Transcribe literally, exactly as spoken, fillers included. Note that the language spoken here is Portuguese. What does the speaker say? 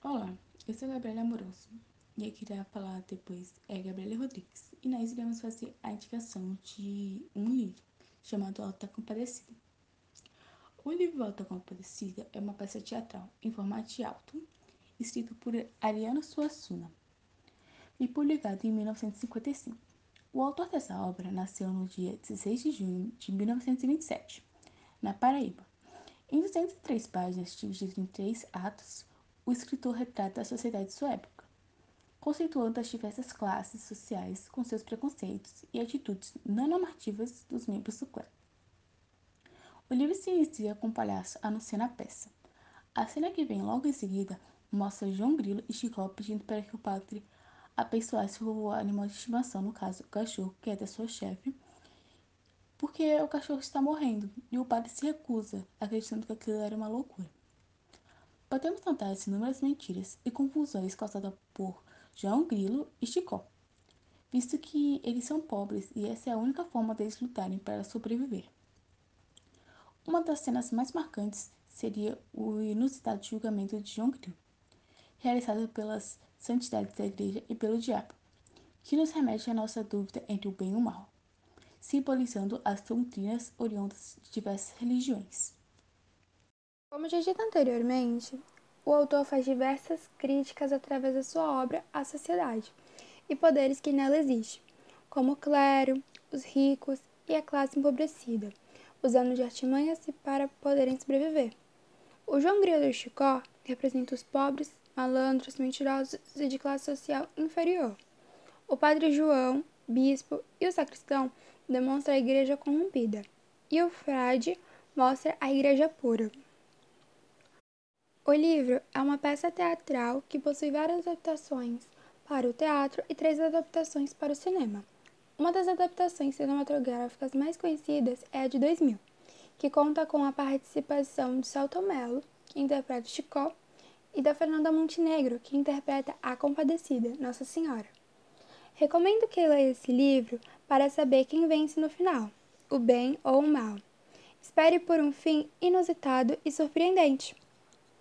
Olá, eu sou a Gabriela Amoroso e eu queria falar depois é Gabriela Rodrigues e nós iremos fazer a indicação de um livro chamado Alta Compadecida. O livro Alta Compadecida é uma peça teatral em formato de auto, escrito por Ariano Suassuna e publicado em mil novecentos e cinquenta e cinco. O autor dessa obra nasceu no dia dezesseis de junho de mil novecentos e vinte e sete, na Paraíba. Em duzentas e três páginas, divididas em três atos, o escritor retrata a sociedade de sua época, conceituando as diversas classes sociais com seus preconceitos e atitudes não normativas dos membros do clã. O livro se inicia com o palhaço anunciando a peça. A cena que vem logo em seguida mostra João Grilo e Chicó pedindo para que o padre apessoasse o animal de estimação, no caso o cachorro, que é da sua chefe, porque o cachorro está morrendo e o padre se recusa, acreditando que aquilo era uma loucura. Podemos notar as inúmeras mentiras e confusões causadas por João Grilo e Chicó, visto que eles são pobres e essa é a única forma deles lutarem para sobreviver. Uma das cenas mais marcantes seria o inusitado julgamento de João Grilo, realizado pelas santidades da igreja e pelo diabo, que nos remete à nossa dúvida entre o bem e o mal, simbolizando as doutrinas oriundas de diversas religiões. Como já dito anteriormente, o autor faz diversas críticas através da sua obra à sociedade e poderes que nela existem, como o clero, os ricos e a classe empobrecida, usando de artimanhas para poderem sobreviver. O João Grilo e o Chicó representam os pobres, malandros, mentirosos e de classe social inferior. O padre João, bispo, e o sacristão demonstram a igreja corrompida, e o frade mostra a igreja pura. O livro é uma peça teatral que possui várias adaptações para o teatro e três adaptações para o cinema. Uma das adaptações cinematográficas mais conhecidas é a de dois mil, que conta com a participação de Selton Mello, que interpreta Chicó, e da Fernanda Montenegro, que interpreta a Compadecida, Nossa Senhora. Recomendo que leia esse livro para saber quem vence no final, o bem ou o mal. Espere por um fim inusitado e surpreendente.